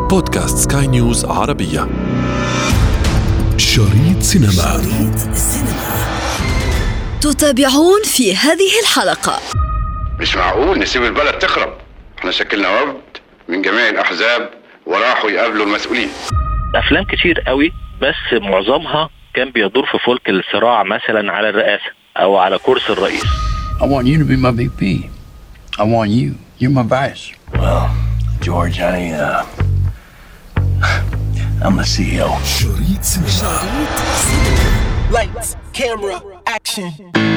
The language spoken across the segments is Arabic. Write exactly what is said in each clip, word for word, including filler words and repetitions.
بودكاست سكاي نيوز عربية. شريط سينما. شريط السينما. تتابعون في هذه الحلقة. مش معقول نسيب البلد تخرب. احنا شكلنا وفد من جميع الأحزاب وراحوا يقابلوا المسؤولين. أفلام كتير قوي بس معظمها كان بيدور في فلك الصراع مثلا على الرئاسة أو على كرسي الرئيس. I want you to be my V P. I want you. You're my vice. Well, George, I, uh, I'm the C E O. شريط سينما. Lights, camera, action.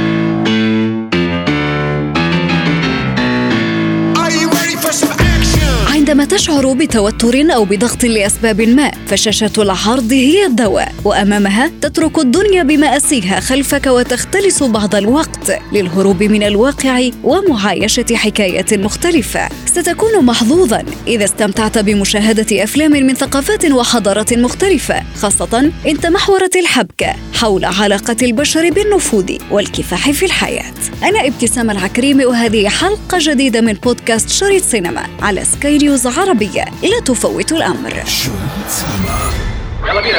Are you ready for some action? عندما تشعر بتوتر أو بضغط لأسباب ما، فشاشة العرض هي الدواء، وأمامها تترك الدنيا بمآسيها خلفك وتختلس بعض الوقت للهروب من الواقع ومعايشة حكايات مختلفة. ستكون محظوظاً إذا استمتعت بمشاهدة أفلام من ثقافات وحضارات مختلفة، خاصة إن تمحورت الحبكة حول علاقة البشر بالنفوذ والكفاح في الحياة. أنا ابتسام العكريمي، وهذه حلقة جديدة من بودكاست شريط سينما على سكاي نيوز عربية. لا تفوتوا الأمر. شريط سينما. يلا بينا.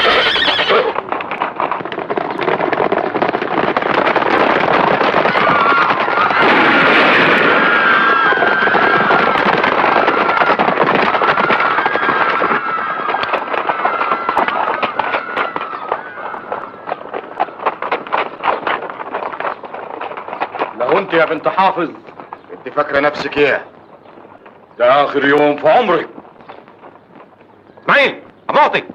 لو انت يا بنت حافظ انت فاكره نفسك ايه؟ ده اخر يوم في عمرك. اسماعيل اباطي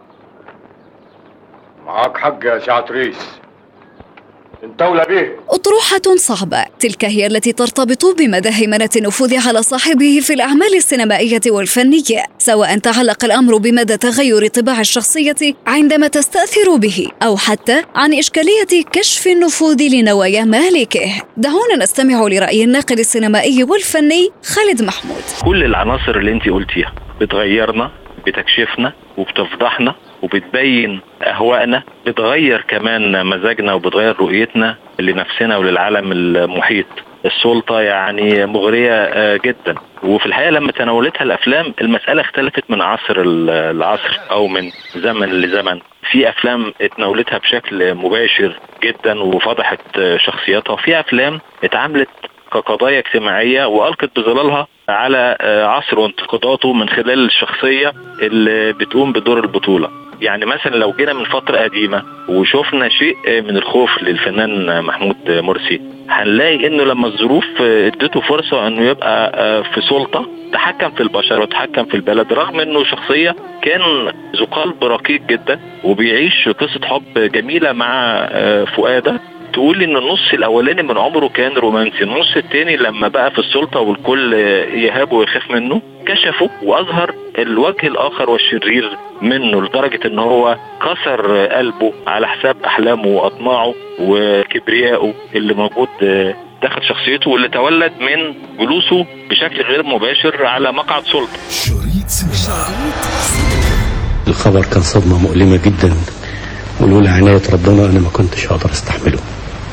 معاك حق يا شعتريس، انت ولا بيه. أطروحة صعبة، تلك هي التي ترتبط بمدى هيمنة النفوذ على صاحبه في الأعمال السينمائية والفنية، سواء تعلق الأمر بمدى تغير طباع الشخصية عندما تستأثر به، أو حتى عن إشكالية كشف النفوذ لنوايا مالكه. دعونا نستمع لرأي الناقد السينمائي والفني خالد محمود. كل العناصر اللي انت قلتيها بتغيرنا، بتكشفنا وبتفضحنا وبتبين أهوائنا، بتغير كمان مزاجنا وبتغير رؤيتنا لنفسنا وللعالم المحيط. السلطة يعني مغرية جدا، وفي الحقيقة لما تناولتها الأفلام المسألة اختلفت من عصر العصر أو من زمن لزمن. في أفلام اتناولتها بشكل مباشر جدا وفضحت شخصياتها، وفي أفلام اتعاملت كقضايا اجتماعية وألقت بظلالها على عصر وانتقاداته من خلال الشخصية اللي بتقوم بدور البطولة. يعني مثلا لو جينا من فترة قديمة وشوفنا شيء من الخوف للفنان محمود مرسي، هنلاقي انه لما الظروف ادته فرصة انه يبقى في سلطة تحكم في البشر وتحكم في البلد، رغم انه شخصية كان ذو قلب رقيق جدا وبيعيش قصة حب جميلة مع فؤادة. تقول ان النص الاولاني من عمره كان رومانسي، النص الثاني لما بقى في السلطة والكل يهابه ويخاف منه كشفه واظهر الوجه الاخر والشرير منه، لدرجة ان هو كسر قلبه على حساب احلامه واطماعه وكبريائه اللي موجود داخل شخصيته، واللي تولد من جلوسه بشكل غير مباشر على مقعد سلطة. شريط سينما. الخبر كان صدمة مؤلمة جدا، ولولا عناية ربنا أنا ما كنتش هقدر استحمله.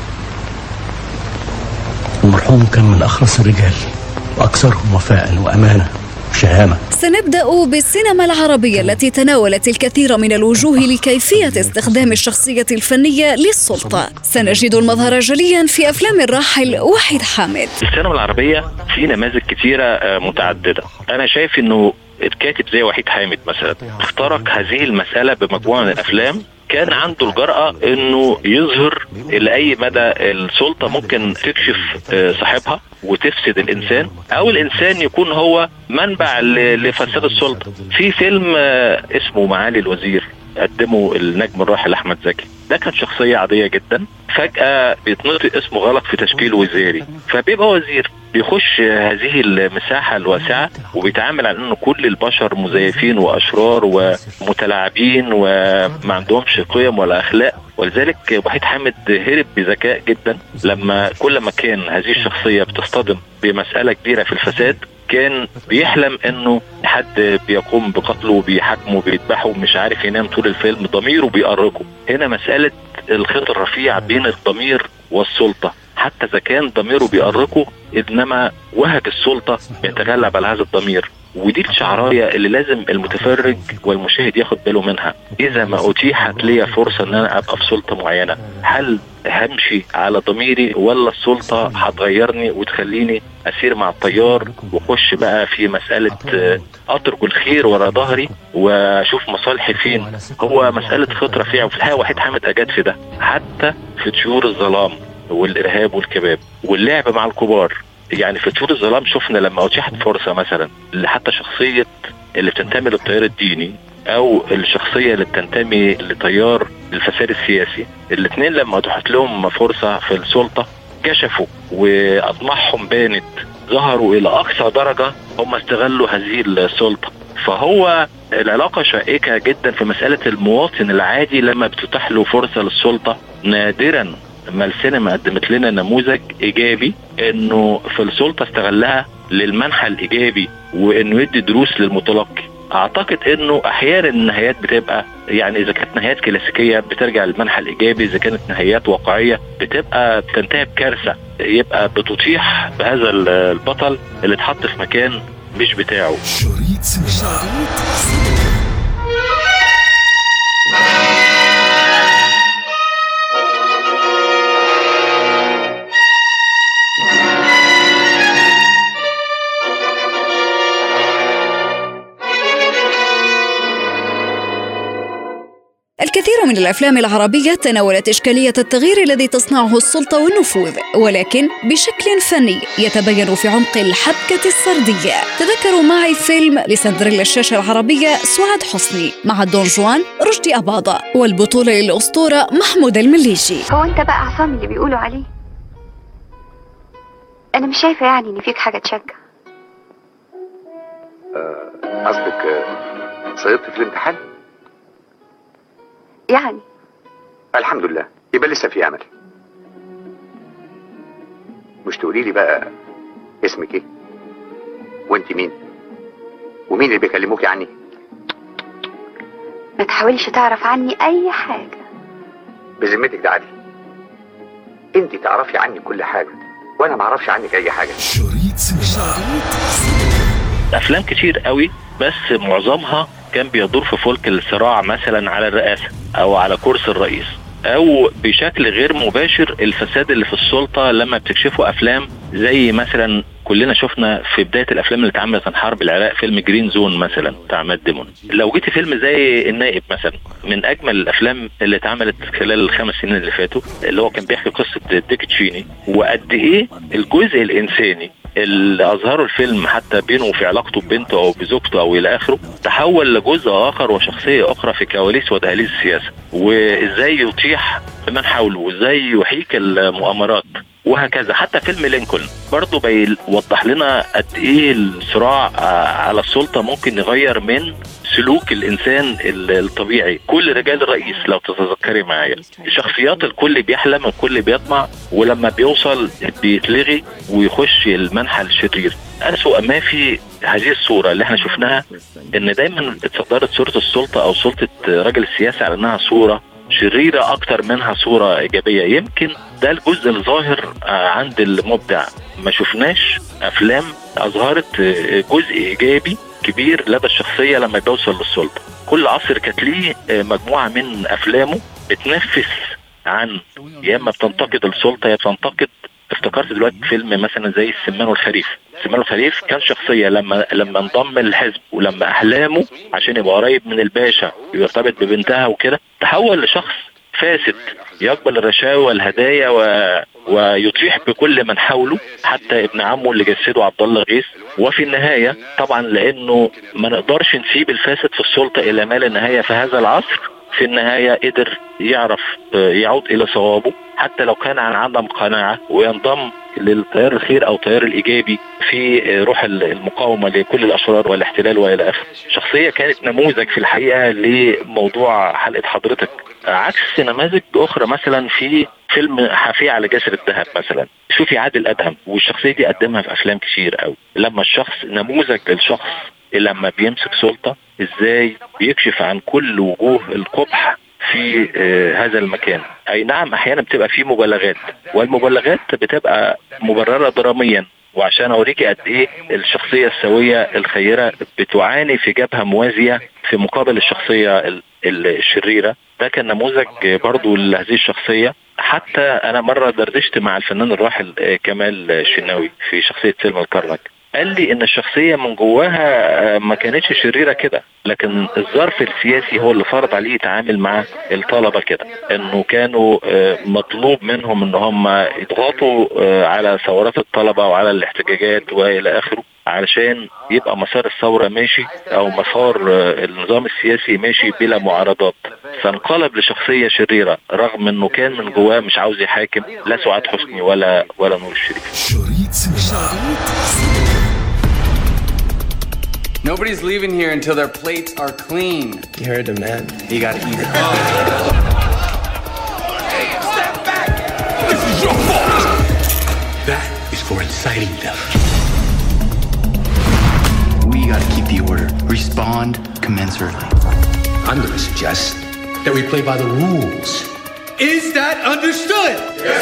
المرحوم كان من أخلص الرجال وأكثرهم وفاء وأمانة وشهامة. سنبدأ بالسينما العربية التي تناولت الكثير من الوجوه لكيفية استخدام الشخصية الفنية للسلطة. سنجد المظهر جليا في أفلام الراحل وحيد حامد. السينما العربية في نماذج كثيرة متعددة. أنا شايف إنه الكاتب زي وحيد حامد مثلا اخترق هذه المسألة بمجموعة من الأفلام، كان عنده الجرأة انه يظهر الى اي مدى السلطة ممكن تكشف صاحبها وتفسد الانسان، او الانسان يكون هو منبع لفساد السلطة. في فيلم اسمه معالي الوزير قدمه النجم الراحل احمد زكي، ده كان شخصية عادية جدا، فجأة بيتنطق اسمه غلط في تشكيل وزاري فبيبقى وزير، بيخش هذه المساحة الواسعة وبيتعامل على انه كل البشر مزيفين واشرار ومتلاعبين وما عندهمش قيم ولا اخلاق. ولذلك وحيد حامد هرب بذكاء جدا، لما كل ما كان هذه الشخصية بتصطدم بمسألة كبيرة في الفساد كان بيحلم انه حد بيقوم بقتله وبيحاكمه وبيذبحه ومش عارف ينام طول الفيلم، ضميره بيأرقه. هنا مسألة الخيط الرفيع بين الضمير والسلطة، حتى إذا كان ضميره بيأرقه إنما وهج السلطة بيتغلب على هذا الضمير. ودي الشعرايه اللي لازم المتفرج والمشاهد ياخد باله منها. اذا ما اتيحت لي فرصه ان انا ابقى في سلطه معينه، هل همشي على ضميري ولا السلطه هتغيرني وتخليني اسير مع التيار واخش بقى في مساله اترك الخير ورا ظهري واشوف مصالحي فين؟ هو مساله خطره فيها، وفي الحقيقه وحيد حامد اجاد في ده، حتى في طيور الظلام والارهاب والكباب واللعب مع الكبار. يعني في طيور الظلام شفنا لما اتيحت فرصه مثلا حتى شخصيه اللي بتنتمي للتيار الديني او الشخصيه اللي بتنتمي لتيار الفساد السياسي، الاثنين لما اتيحت لهم فرصه في السلطه كشفوا واطماعهم بانت، ظهروا الى اقصى درجه هم استغلوا هذه السلطه. فهو العلاقه شائكه جدا في مساله المواطن العادي لما بتتاح له فرصه للسلطه. نادرا ما السينما قدمت لنا نموذج ايجابي انه في السلطه استغلها للمنحى الايجابي وانه يدي دروس للمتلقي. اعتقد انه احيانا النهايات بتبقى يعني اذا كانت نهايات كلاسيكيه بترجع للمنحى الايجابي، اذا كانت نهايات واقعيه بتبقى بتنتهي بكارثه، يبقى بتطيح بهذا البطل اللي اتحط في مكان مش بتاعه. شريط سينما. الكثير من الأفلام العربية تناولت إشكالية التغيير الذي تصنعه السلطة والنفوذ، ولكن بشكل فني يتبين في عمق الحبكة السردية. تذكروا معي فيلم لسندريلا الشاشة العربية سعاد حسني مع دون جوان رشدي أباضة، والبطولة للأسطورة محمود المليجي. هو أنت بقى عصام اللي بيقولوا عليه؟ أنا مش شايفة يعني إن فيك حاجة تشجع. قصدك سقطت في الامتحان؟ يعني الحمد لله، يبقى لسه في امل. مش تقولي لي بقى اسمك ايه وانت مين ومين اللي بيكلموكي عني؟ ما تحاولش تعرف عني اي حاجة. بذمتك ده عادي؟ انت تعرفي عني كل حاجة وانا ما اعرفش عنك اي حاجة. شريط سينما. افلام كتير قوي بس معظمها كان بيدور في فلك الصراع مثلا على الرئاسة او على كرسي الرئيس، او بشكل غير مباشر الفساد اللي في السلطة. لما بتكشفوا افلام زي مثلا كلنا شفنا في بداية الافلام اللي اتعملت عن حرب العراق فيلم جرين زون مثلا بتاع مات ديمون. لو جيت فيلم زي النائب مثلا من اجمل الافلام اللي اتعملت خلال الخمس سنين اللي فاتوا، اللي هو كان بيحكي قصة ديك تشيني وقد ايه الجزء الانساني اللي اظهره الفيلم حتى بينه في علاقته ببنته او بزوجته او الى اخره تحول لجزء اخر وشخصية اخرى في كواليس ودهاليز السياسة، وازاي يطيح من حوله وازاي يحيك المؤامرات وهكذا. حتى فيلم لينكولن برضو بيوضح لنا قد ايه الصراع على السلطة ممكن يغير من سلوك الانسان الطبيعي. كل رجال الرئيس لو تتذكري معايا شخصيات الكل بيحلم والكل بيطمع، ولما بيوصل بيتلغي ويخش المنحى الشرير. أسوأ ما في هذه الصورة اللي احنا شفناها ان دايما اتصدرت صورة السلطة او سلطة رجل السياسة على انها صورة شريرة اكتر منها صورة ايجابية. يمكن ده الجزء الظاهر عند المبدع، ما شفناش افلام اظهرت جزء ايجابي كبير لدى الشخصية لما بيوصل للسلطة. كل عصر كانت ليه مجموعة من افلامه بتنفس عن يا اما بتنتقد السلطة يا بتنتقد. افتكرت دلوقتي فيلم مثلا زي السمان والخريف. السمان والخريف كان شخصية لما لما انضم للحزب ولما احلامه عشان يبقى قريب من الباشا ويرتبط ببنتها وكده تحول لشخص فاسد يقبل الرشاوى والهدايا و... ويطيح بكل من حوله حتى ابن عمه اللي جسده عبد الله غيث. وفي النهاية طبعا لانه ما نقدرش نسيب الفاسد في السلطة الى ما لا نهاية في هذا العصر، في النهاية قدر يعرف يعود الى صوابه حتى لو كان عن عدم قناعة وينضم للتيار الخير او التيار الايجابي في روح المقاومة لكل الاشرار والاحتلال والى اخره. شخصية كانت نموذج في الحقيقة لموضوع حلقة حضرتك، عكس نماذج اخرى مثلا في فيلم حافية على جسر الذهب مثلا. شوفي عادل ادهم والشخصية دي قدمها في افلام كتير قوي. لما الشخص نموذج للشخص لما بيمسك سلطة ازاي بيكشف عن كل وجوه القبح في آه هذا المكان. اي نعم احيانا بتبقى فيه مبالغات، والمبالغات بتبقى مبررة دراميا وعشان اوريكي قد ايه الشخصيه السويه الخيره بتعاني في جبهه موازيه في مقابل الشخصيه الشريره. ده كان نموذج برضو لهذه الشخصيه. حتى انا مره دردشت مع الفنان الراحل كمال الشناوي في شخصيه سلمى الكرنك، قال لي ان الشخصيه من جواها ما كانتش شريره كده، لكن الظرف السياسي هو اللي فرض عليه يتعامل مع الطلبه كده، انه كانوا مطلوب منهم ان هم يضغطوا على ثورات الطلبه وعلى الاحتجاجات والى اخره علشان يبقى مسار الثوره ماشي او مسار النظام السياسي ماشي بلا معارضات. فانقلب لشخصيه شريره رغم انه كان من جواه مش عاوز يحاكم لا سعاد حسني ولا ولا نور الشريف. Nobody's leaving here until their plates are clean. You heard him, man. You gotta eat it. Hey, step back! This is your fault! That is for inciting them. We gotta keep the order. Respond commensurately. I'm gonna suggest that we play by the rules. Is that understood? Yes,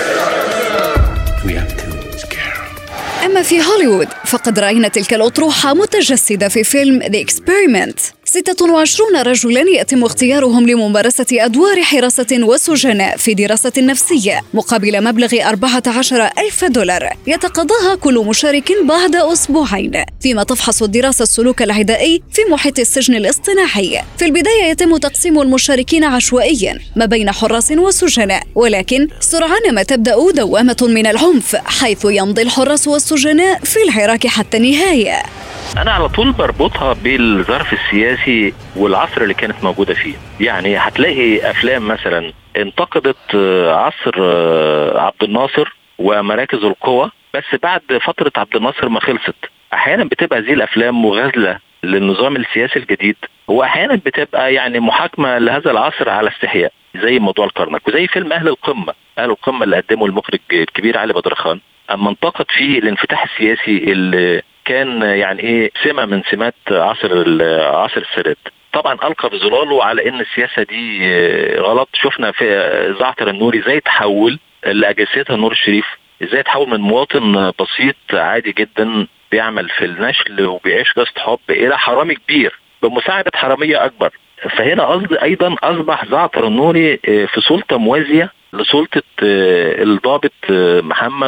sir. We have to scare. أما في هوليوود فقد رأينا تلك الأطروحة متجسدة في فيلم The Experiment. ستة وعشرون رجلاً يتم اختيارهم لممارسة أدوار حراسة وسجناء في دراسة نفسية مقابل مبلغ أربعة عشر ألف دولار يتقاضاها كل مشارك بعد أسبوعين، فيما تفحص الدراسة السلوك العدائي في محيط السجن الاصطناعي. في البداية يتم تقسيم المشاركين عشوائياً ما بين حراس وسجناء، ولكن سرعان ما تبدأ دوامة من العنف حيث يمضي الحراس والسجناء في العراك حتى النهاية. أنا على طول بربطها بالظرف السياسي والعصر اللي كانت موجودة فيه. يعني هتلاقي أفلام مثلا انتقدت عصر عبد الناصر ومراكز القوى، بس بعد فترة عبد الناصر ما خلصت. أحيانا بتبقى زي الأفلام مغازلة للنظام السياسي الجديد، وأحيانا بتبقى يعني محاكمة لهذا العصر على استحياء، زي موضوع الكرنك وزي فيلم أهل القمة. أهل القمة اللي قدمه المخرج الكبير علي بدرخان، أما انتقد فيه الانفتاح السياسي اللي كان يعني ايه سمة من سمات عصر عصر السادات. طبعا ألقى بظلاله على ان السياسة دي غلط. شفنا في زعتر النوري ازاي تحول لأجسادها نور الشريف، ازاي تحول من مواطن بسيط عادي جدا بيعمل في النشل وبيعيش قصة حب الى حرامي كبير بمساعدة حرامية اكبر. فهنا قصد ايضا اصبح زعتر النوري في سلطة موازية لسلطة الضابط محمد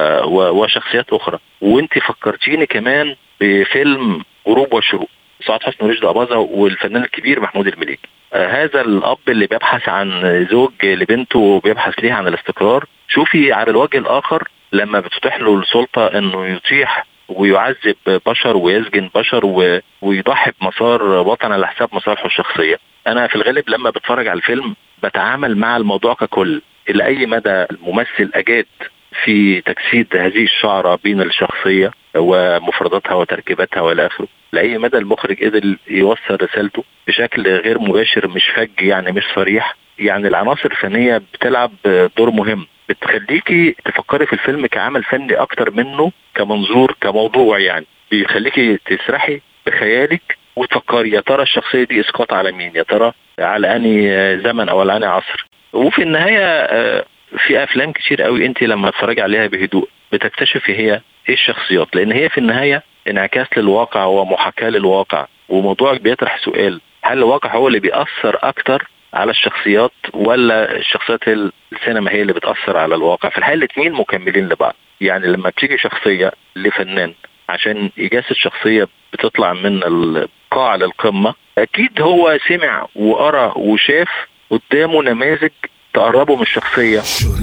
وشخصيات أخرى. وانت فكرتيني كمان بفيلم غروب وشروق، سعاد حسني ورشدي أباظة والفنان الكبير محمود المليجي. هذا الأب اللي بيبحث عن زوج لبنته وبيبحث ليها عن الاستقرار. شوفي على الوجه الآخر لما بتفتح له السلطة انه يطيح ويعذب بشر ويسجن بشر ويضحي بمسار وطن على حساب مصالحه الشخصية. أنا في الغالب لما بتفرج على الفيلم بتعامل مع الموضوع ككل. إلى أي مدى الممثل أجاد في تجسيد هذه الشعرة بين الشخصية ومفرداتها وتركيباتها والى اخره، لأي مدى المخرج قدر يوصل رسالته بشكل غير مباشر، مش فج يعني مش صريح. يعني العناصر الفنية بتلعب دور مهم، بتخليكي تفكري في الفيلم كعمل فني أكتر منه كمنظور كموضوع. يعني بيخليكي تسرحي بخيالك وتفكري يا ترى الشخصية دي إسقاط على مين، يا ترى على أني زمن أو على أني عصر. وفي النهاية في أفلام كتير قوي أنت لما تتفرج عليها بهدوء بتكتشفي هي إيه الشخصيات، لأن هي في النهاية انعكاس للواقع ومحاكاة للواقع. وموضوعك بيطرح سؤال، هل الواقع هو اللي بيأثر أكتر على الشخصيات ولا الشخصيات السينما هي اللي بتأثر على الواقع؟ في الحقيقة الاثنين مكملين لبعض. يعني لما بتيجي شخصية لفنان عشان يجسد شخصية بتطلع من القاع للقمة، أكيد هو سمع وقرأ وشاف قدامه نماذج تقربه من الشخصية.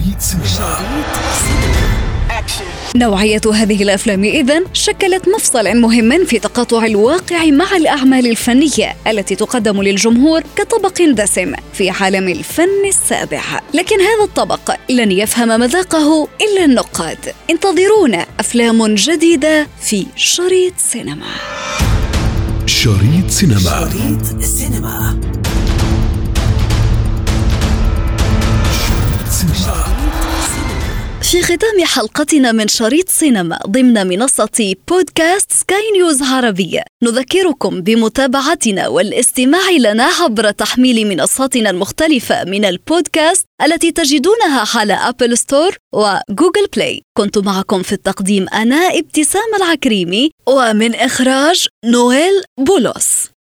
نوعية هذه الأفلام إذن شكلت مفصلاً مهماً في تقاطع الواقع مع الأعمال الفنية التي تقدم للجمهور كطبق دسم في عالم الفن السابع. لكن هذا الطبق لن يفهم مذاقه إلا النقاد. انتظرونا أفلام جديدة في شريط سينما. شريط سينما. شريط سينما. في ختام حلقتنا من شريط سينما ضمن منصة بودكاست سكاي نيوز عربية، نذكركم بمتابعتنا والاستماع لنا عبر تحميل منصاتنا المختلفة من البودكاست التي تجدونها على أبل ستور وجوجل بلاي. كنت معكم في التقديم أنا ابتسام العكريمي، ومن إخراج نويل بولس.